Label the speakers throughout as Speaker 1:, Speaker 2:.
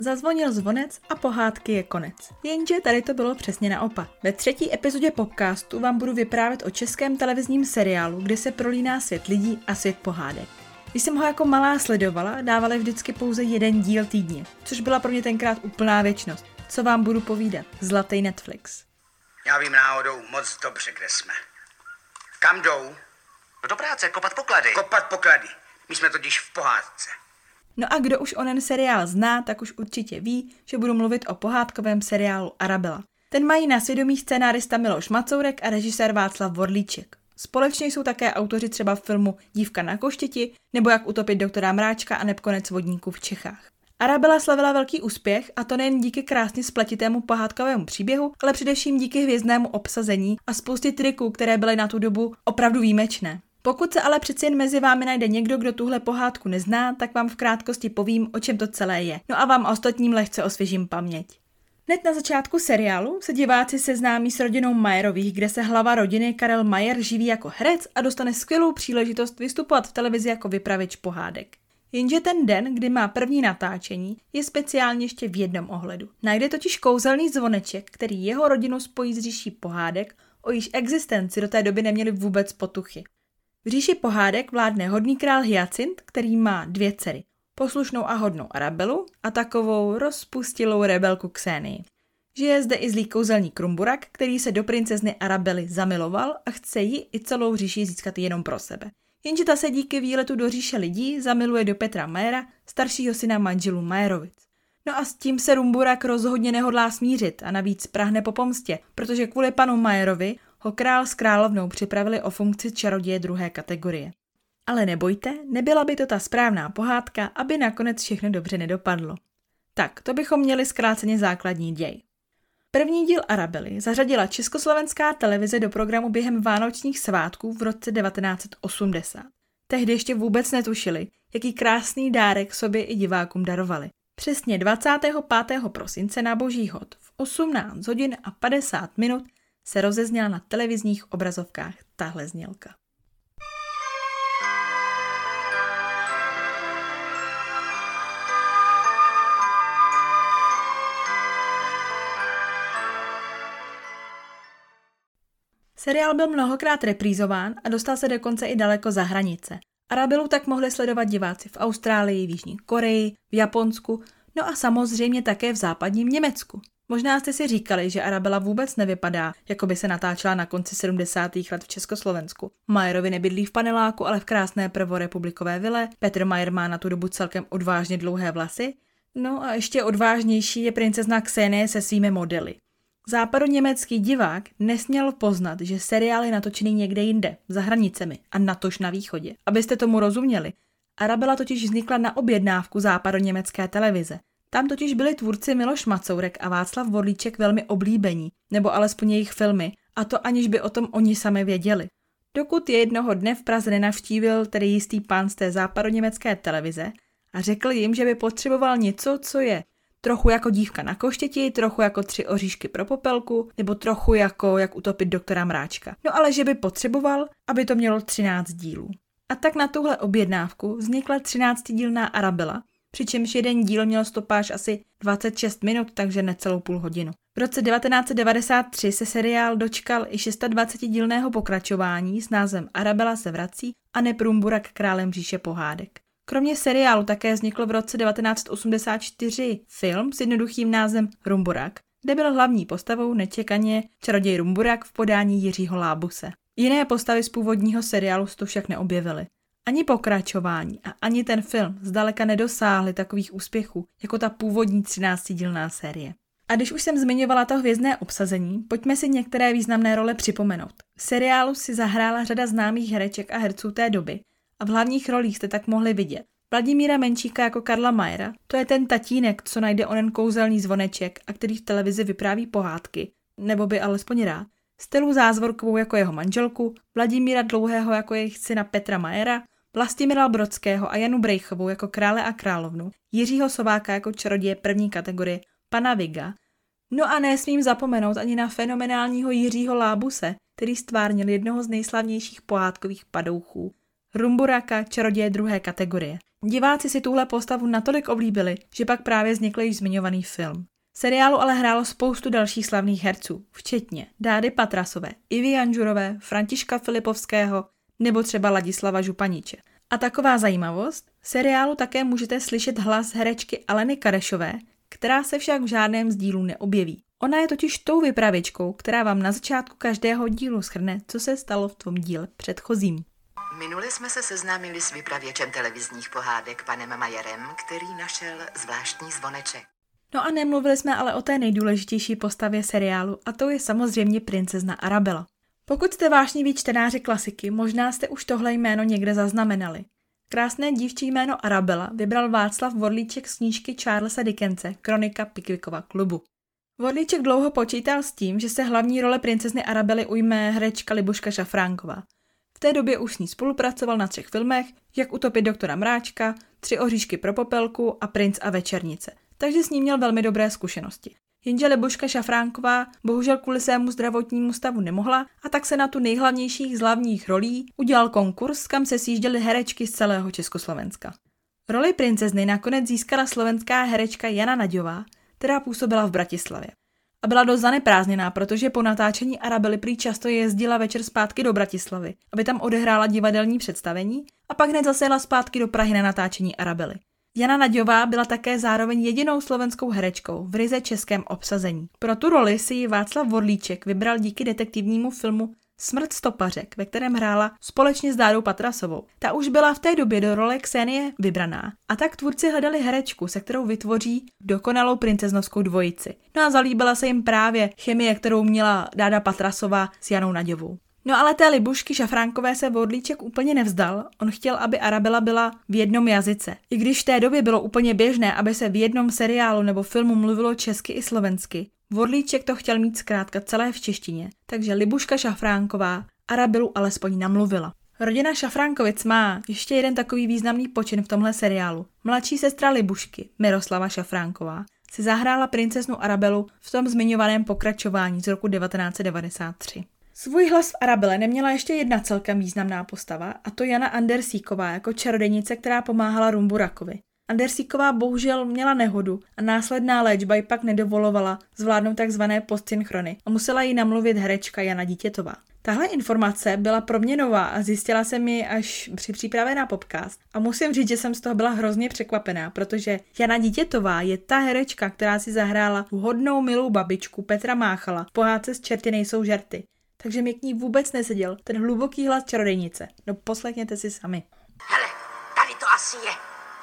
Speaker 1: Zazvonil zvonec a pohádky je konec. Jenže tady to bylo přesně naopak. Ve 3. epizodě podcastu vám budu vyprávět o českém televizním seriálu, kde se prolíná svět lidí a svět pohádek. Když jsem ho jako malá sledovala, dávali vždycky pouze 1 díl týdně, což byla pro mě tenkrát úplná věčnost. Co vám budu povídat? Zlatý Netflix.
Speaker 2: Já vím náhodou moc dobře, kde jsme. Kam jdou?
Speaker 3: Do práce, kopat poklady.
Speaker 2: Kopat poklady. My jsme totiž v pohádce.
Speaker 1: No a kdo už onen seriál zná, tak už určitě ví, že budu mluvit o pohádkovém seriálu Arabela. Ten mají na svědomí scénárista Miloš Macourek a režisér Václav Vorlíček. Společně jsou také autoři třeba filmu Dívka na koštěti nebo Jak utopit doktora Mráčka a neb Konec vodníků v Čechách. Arabela slavila velký úspěch a to nejen díky krásně spletitému pohádkovému příběhu, ale především díky hvězdnému obsazení a spoustě triků, které byly na tu dobu opravdu výjimečné. Pokud se ale přeci jen mezi vámi najde někdo, kdo tuhle pohádku nezná, tak vám v krátkosti povím, o čem to celé je. No a vám ostatním lehce osvěžím paměť. Hned na začátku seriálu se diváci seznámí s rodinou Majerových, kde se hlava rodiny Karel Majer živí jako herec a dostane skvělou příležitost vystupovat v televizi jako vypravěč pohádek. Jenže ten den, kdy má první natáčení, je speciálně ještě v jednom ohledu. Najde totiž kouzelný zvoneček, který jeho rodinu spojí s říší pohádek, o jejíž existenci do té doby neměli vůbec potuchy. V říši pohádek vládne hodný král Hyacint, který má 2 dcery. Poslušnou a hodnou Arabelu a takovou rozpustilou rebelku Ksένii. Žije zde i zlý kouzelník Rumburak, který se do princezny Arabely zamiloval a chce ji i celou říši získat jenom pro sebe. Jenže ta se díky výletu do říše lidí zamiluje do Petra Majera, staršího syna manželů Majerovic. No a s tím se Rumburak rozhodně nehodlá smířit a navíc prahne po pomstě, protože kvůli panu Majerovi ho král s královnou připravili o funkci čaroděje 2. kategorie. Ale nebojte, nebyla by to ta správná pohádka, aby nakonec všechno dobře nedopadlo. Tak, to bychom měli zkráceně základní děj. První díl Arabely zařadila československá televize do programu během vánočních svátků v roce 1980. Tehdy ještě vůbec netušili, jaký krásný dárek sobě i divákům darovali. Přesně 25. prosince na Boží hod v 18 hodin a 50 minut se rozezněla na televizních obrazovkách tahle znělka. Seriál byl mnohokrát reprízován a dostal se dokonce i daleko za hranice. Arabelu tak mohli sledovat diváci v Austrálii, v Jižní Koreji, v Japonsku, no a samozřejmě také v západním Německu. Možná jste si říkali, že Arabela vůbec nevypadá, jako by se natáčela na konci 70. let v Československu. Majerovi nebydlí v paneláku, ale v krásné prvorepublikové vile. Petr Majer má na tu dobu celkem odvážně dlouhé vlasy. No a ještě odvážnější je princezna Ksenie se svými modely. Západoněmecký divák nesměl poznat, že seriál je natočený někde jinde, za hranicemi a natož na východě. Abyste tomu rozuměli, Arabela totiž vznikla na objednávku západoněmecké televize. Tam totiž byli tvůrci Miloš Macourek a Václav Vorlíček velmi oblíbení, nebo alespoň jejich filmy, a to aniž by o tom oni sami věděli. Dokud je jednoho dne v Praze nenavštívil tedy jistý pán z té západoněmecké televize a řekl jim, že by potřeboval něco, co je trochu jako Dívka na koštěti, trochu jako 3 oříšky pro popelku, nebo trochu jako Jak utopit doktora Mráčka. No ale že by potřeboval, aby to mělo 13 dílů. A tak na tuhle objednávku vznikla 13dílná Arabela, přičemž jeden díl měl stopáž asi 26 minut, takže necelou půl hodinu. V roce 1993 se seriál dočkal i 26dílného pokračování s názvem Arabela se vrací a neb Rumburak králem říše pohádek. Kromě seriálu také vznikl v roce 1984 film s jednoduchým názvem Rumburak, kde byl hlavní postavou nečekaně čaroděj Rumburak v podání Jiřího Lábuse. Jiné postavy z původního seriálu se to však neobjevily. Ani pokračování a ani ten film zdaleka nedosáhly takových úspěchů jako ta původní 13dílná série. A když už jsem zmiňovala to hvězdné obsazení, pojďme si některé významné role připomenout. V seriálu si zahrála řada známých hereček a herců té doby a v hlavních rolích jste tak mohli vidět Vladimíra Menšíka jako Karla Majera, to je ten tatínek, co najde onen kouzelný zvoneček a který v televizi vypráví pohádky, nebo by alespoň rád. Stelu Zázvorkovou jako jeho manželku, Vladimíra Dlouhého jako jejich syna Petra Majera, Vlastimila Brodského a Janu Brejchovou jako krále a královnu, Jiřího Sováka jako čaroděje 1. kategorie, pana Viga. No a nesmím zapomenout ani na fenomenálního Jiřího Lábuse, který stvárnil jednoho z nejslavnějších pohádkových padouchů, Rumburaka, čaroděje druhé kategorie. Diváci si tuhle postavu natolik oblíbili, že pak právě vznikl již zmiňovaný film. V seriálu ale hrálo spoustu dalších slavných herců, včetně Dády Patrasové, Ivy Janžurové, Františka Filipovského nebo třeba Ladislava Županiče. A taková zajímavost, v seriálu také můžete slyšet hlas herečky Aleny Karešové, která se však v žádném z dílů neobjeví. Ona je totiž tou vypravěčkou, která vám na začátku každého dílu shrne, co se stalo v tom díle předchozím.
Speaker 4: Minule jsme se seznámili s vypravěčem televizních pohádek panem Majerem, který našel zvláštní zvoneček.
Speaker 1: No a nemluvili jsme ale o té nejdůležitější postavě seriálu, a to je samozřejmě princezna Arabella. Pokud jste vášniví čtenáři klasiky, možná jste už tohle jméno někde zaznamenali. Krásné dívčí jméno Arabella vybral Václav Vorlíček z knížky Charlesa Dickense Kronika Pickwickova klubu. Vorlíček dlouho počítal s tím, že se hlavní role princezny Arabely ujme herečka Libuška Šafránková. V té době už s ní spolupracoval na 3 filmech, Jak utopit doktora Mráčka, 3 oříšky pro Popelku a Princ a večernice. Takže s ním měl velmi dobré zkušenosti. Jenže Libuška Šafránková bohužel kvůli svému zdravotnímu stavu nemohla a tak se na tu nejhlavnějších z hlavních rolí udělal konkurs, kam se sjížděly herečky z celého Československa. Roli princezny nakonec získala slovenská herečka Jana Naďová, která působila v Bratislavě. A byla dost zaneprázdněná, protože po natáčení Arabely prý často jezdila večer zpátky do Bratislavy, aby tam odehrála divadelní představení a pak hned zase jela zpátky do Prahy na natáčení Arabely. Jana Naďová byla také zároveň jedinou slovenskou herečkou v ryze českém obsazení. Pro tu roli si ji Václav Vorlíček vybral díky detektivnímu filmu Smrt stopařek, ve kterém hrála společně s Dádou Patrasovou. Ta už byla v té době do role Ksenie vybraná a tak tvůrci hledali herečku, se kterou vytvoří dokonalou princeznovskou dvojici. No a zalíbila se jim právě chemie, kterou měla Dáda Patrasová s Janou Naďovou. No ale té Libušky Šafránkové se Vorlíček úplně nevzdal, on chtěl, aby Arabella byla v jednom jazyce. I když v té době bylo úplně běžné, aby se v jednom seriálu nebo filmu mluvilo česky i slovensky, Vorlíček to chtěl mít zkrátka celé v češtině, takže Libuška Šafránková Arabelu alespoň namluvila. Rodina Šafránkovic má ještě jeden takový významný počin v tomhle seriálu. Mladší sestra Libušky, Miroslava Šafránková, si zahrála princeznu Arabelu v tom zmiňovaném pokračování z roku 1993. Svůj hlas v Arabele neměla ještě jedna celkem významná postava, a to Jana Andersíková jako čarodějnice, která pomáhala Rumburakovi. Andersíková bohužel měla nehodu a následná léčba ji pak nedovolovala zvládnout takzvané postsynchrony a musela jí namluvit herečka Jana Dítětová. Tahle informace byla pro mě nová a zjistila jsem ji až při přípravě na podcast a musím říct, že jsem z toho byla hrozně překvapená, protože Jana Dítětová je ta herečka, která si zahrála hodnou milou babičku Petra Máchala v pohádce Z čerty nejsou žerty. Takže mi k ní vůbec neseděl ten hluboký hlas čarodějnice. No poslechněte si sami.
Speaker 5: Hele, tady to asi je.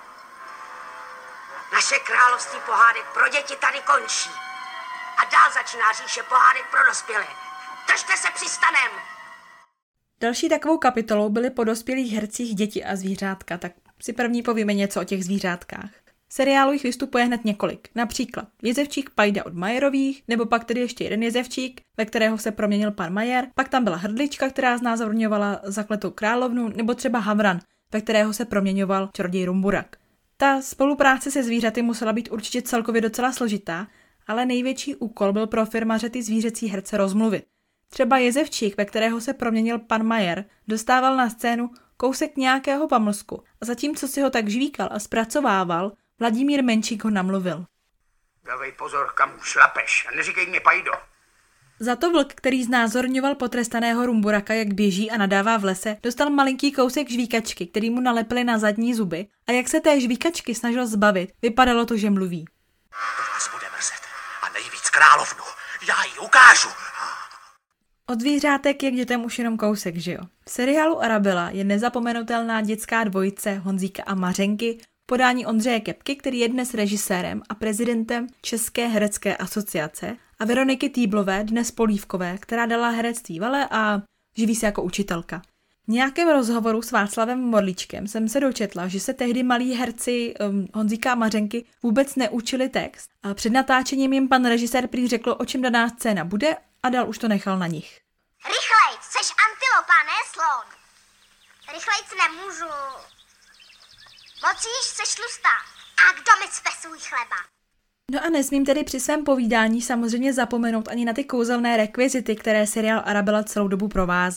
Speaker 5: Naše království pohádek pro děti tady končí. A dál začíná říše pohádek pro dospělé. Držte se přistanem!
Speaker 1: Další takovou kapitolou byly po dospělých hercích děti a zvířátka, tak si první povíme něco o těch zvířátkách. V seriálu jich vystupuje hned několik, například jezevčík Pajda od Majerových, nebo pak tedy ještě jeden jezevčík, ve kterého se proměnil pan Majer, pak tam byla hrdlička, která znázorňovala zakletou královnu, nebo třeba Havran, ve kterého se proměňoval čaroděj Rumburak. Ta spolupráce se zvířaty musela být určitě celkově docela složitá, ale největší úkol byl pro firmaře ty zvířecí herce rozmluvit. Třeba jezevčík, ve kterého se proměnil pan Majer, dostával na scénu kousek nějakého pamlsku a zatímco si ho tak žvíkal a zpracovával, Vladimír Menšík ho namluvil.
Speaker 2: Dávej pozor, kam šlapeš a neříkej mě Pajdo.
Speaker 1: Za to vlk, který znázorňoval potrestaného Rumburaka, jak běží a nadává v lese, dostal malinký kousek žvíkačky, který mu nalepili na zadní zuby a jak se té žvíkačky snažil zbavit, vypadalo to, že mluví.
Speaker 3: To vás bude mrzet. A nejvíc královnu. Já jí ukážu.
Speaker 1: Od zvířátek je k dětem už jenom kousek, že jo? V seriálu Arabella je nezapomenutelná dětská dvojice Honzíka a Mařenky v podání Ondřeje Kepky, který je dnes režisérem a prezidentem České herecké asociace, a Veroniky Týblové, dnes Polívkové, která dala herectví vale a živí se jako učitelka. V nějakém rozhovoru s Václavem Vorlíčkem jsem se dočetla, že se tehdy malí herci Honzíka a Mařenky vůbec neučili text a před natáčením jim pan režisér prý řekl, o čem daná scéna bude, a dál už to nechal na nich.
Speaker 6: Rychlejc, seš antilopa, ne slon. Rychlejc nemůžu. Mocíš, seš tlustá. A kdo mi cpe svůj chleba?
Speaker 1: No a nesmím tedy při svém povídání samozřejmě zapomenout ani na ty kouzelné rekvizity, které seriál Arabella celou dobu provází.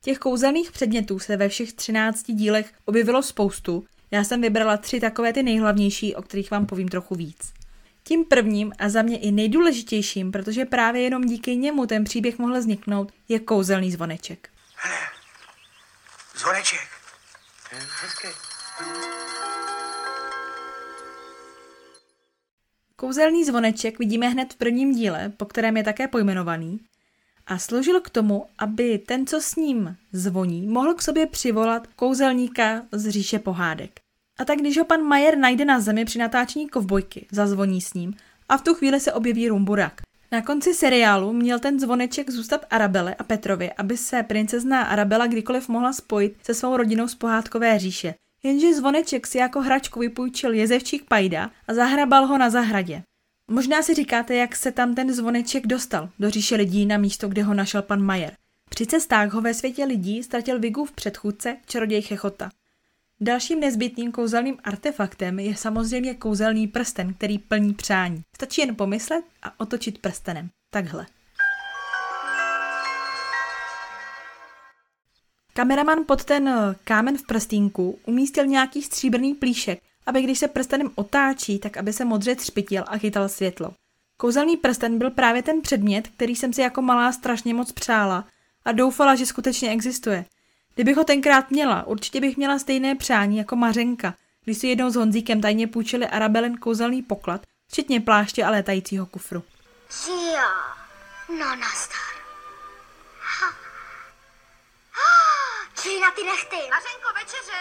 Speaker 1: Těch kouzelných předmětů se ve všech 13 dílech objevilo spoustu. Já jsem vybrala 3 takové ty nejhlavnější, o kterých vám povím trochu víc. Tím prvním a za mě i nejdůležitějším, protože právě jenom díky němu ten příběh mohl vzniknout, je kouzelný zvoneček.
Speaker 2: Hele, zvoneček. Hezký.
Speaker 1: Kouzelný zvoneček vidíme hned v prvním díle, po kterém je také pojmenovaný, a sloužil k tomu, aby ten, co s ním zvoní, mohl k sobě přivolat kouzelníka z říše pohádek. A tak když ho pan Majer najde na zemi při natáčení Kovbojky, zazvoní s ním a v tu chvíli se objeví Rumburak. Na konci seriálu měl ten zvoneček zůstat Arabele a Petrovi, aby se princezna Arabela kdykoliv mohla spojit se svou rodinou z pohádkové říše. Jenže zvoneček si jako hračku vypůjčil jezevčík Pajda a zahrabal ho na zahradě. Možná si říkáte, jak se tam ten zvoneček dostal do říše lidí na místo, kde ho našel pan Majer. Při cestách ho ve světě lidí ztratil Vigův předchůdce, čaroděj Chechota. Dalším nezbytným kouzelným artefaktem je samozřejmě kouzelný prsten, který plní přání. Stačí jen pomyslet a otočit prstenem. Takhle. Kameraman pod ten kámen v prstínku umístil nějaký stříbrný plíšek, aby když se prstenem otáčí, tak aby se modře třpitil a chytal světlo. Kouzelný prsten byl právě ten předmět, který jsem si jako malá strašně moc přála a doufala, že skutečně existuje. Kdybych ho tenkrát měla, určitě bych měla stejné přání jako Mařenka, když si jednou s Honzíkem tajně půjčili Arabelin kouzelný poklad, včetně pláště a létajícího kufru.
Speaker 6: Jo, no nazdar. Čili na ty nechty.
Speaker 5: Mařenko, večeře.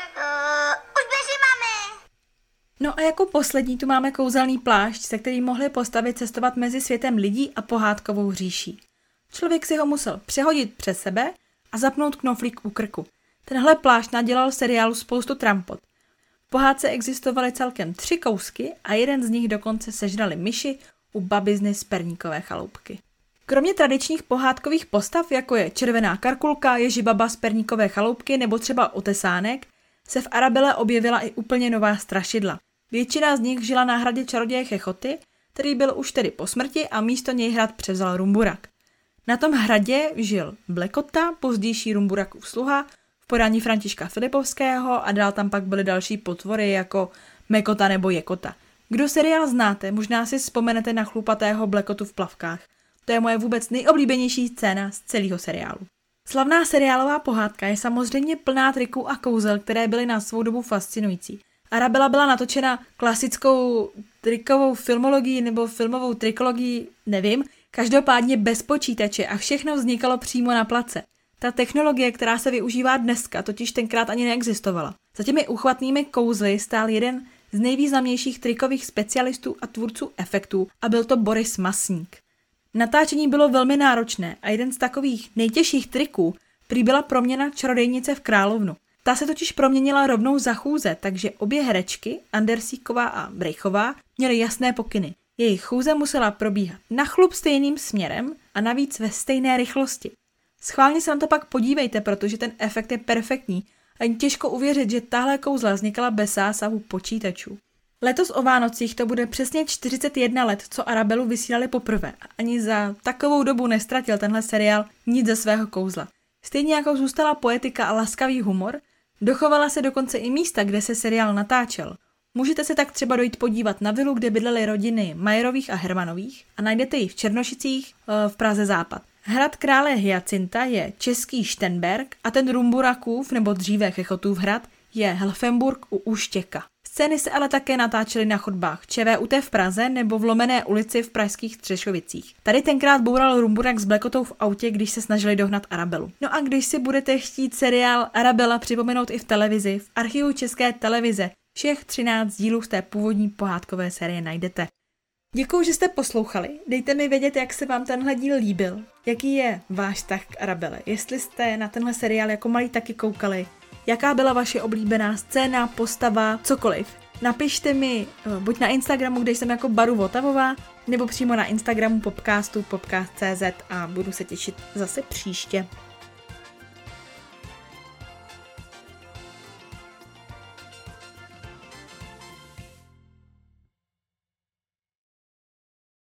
Speaker 6: Už běží, mami.
Speaker 1: No a jako poslední tu máme kouzelný plášť, se kterým mohli postavy cestovat mezi světem lidí a pohádkovou říší. Člověk si ho musel přehodit přes sebe a zapnout knoflík u krku. Tenhle plášť nadělal v seriálu spoustu trampot. V pohádce existovaly celkem 3 kousky a jeden z nich dokonce sežrali myši u babizny z Perníkové chaloupky. Kromě tradičních pohádkových postav, jako je Červená Karkulka, Ježibaba z Perníkové chaloupky nebo třeba Otesánek, se v Arabele objevila i úplně nová strašidla. Většina z nich žila na hradě čaroděje Chechoty, který byl už tedy po smrti a místo něj hrad převzal Rumburak. Na tom hradě žil Blekota, pozdější Rumburakův sluha, v podání Františka Filipovského a dál tam pak byly další potvory jako Mekota nebo Jekota. Kdo seriál znáte, možná si vzpomenete na chlupatého Blekotu v plavkách. To je moje vůbec nejoblíbenější scéna z celého seriálu. Slavná seriálová pohádka je samozřejmě plná triků a kouzel, které byly na svou dobu fascinující. Arabela byla natočena klasickou trikovou filmologií nebo filmovou trikologií, nevím, každopádně bez počítače a všechno vznikalo přímo na place. Ta technologie, která se využívá dneska, totiž tenkrát ani neexistovala. Za těmi uchvatnými kouzly stál jeden z nejvýznamnějších trikových specialistů a tvůrců efektů a byl to Boris Masník. Natáčení bylo velmi náročné a jeden z takových nejtěžších triků prý byla proměna čarodejnice v královnu. Ta se totiž proměnila rovnou za chůze, takže obě herečky, Andersíková a Brejchová, měly jasné pokyny. Jejich chůze musela probíhat na chlup stejným směrem a navíc ve stejné rychlosti. Schválně se na to pak podívejte, protože ten efekt je perfektní a jen těžko uvěřit, že tahle kouzla vznikala bez zásahu počítačů. Letos o Vánocích to bude přesně 41 let, co Arabelu vysílali poprvé a ani za takovou dobu nestratil tenhle seriál nic ze svého kouzla. Stejně jako zůstala poetika a laskavý humor, dochovala se dokonce i místa, kde se seriál natáčel. Můžete se tak třeba dojít podívat na vilu, kde bydlely rodiny Majerových a Hermanových a najdete ji v Černošicích v Praze Západ. Hrad krále Hyacinta je český Štenberg a ten Rumburakův nebo dříve Chechotův hrad je Helfenburg u Úštěka. Scény se ale také natáčely na chodbách ČVUT v Praze nebo v Lomené ulici v pražských Střešovicích. Tady tenkrát boural Rumburak s Blekotou v autě, když se snažili dohnat Arabelu. No a když si budete chtít seriál Arabela připomenout i v televizi, v archivu České televize všech 13 dílů z té původní pohádkové série najdete. Děkuju, že jste poslouchali. Dejte mi vědět, jak se vám tenhle díl líbil. Jaký je váš vztah k Arabele? Jestli jste na tenhle seriál jako malí taky koukali. Jaká byla vaše oblíbená scéna, postava, cokoliv. Napište mi buď na Instagramu, kde jsem jako Baru Votavová, nebo přímo na Instagramu Popcastu, popcast.cz a budu se těšit zase příště.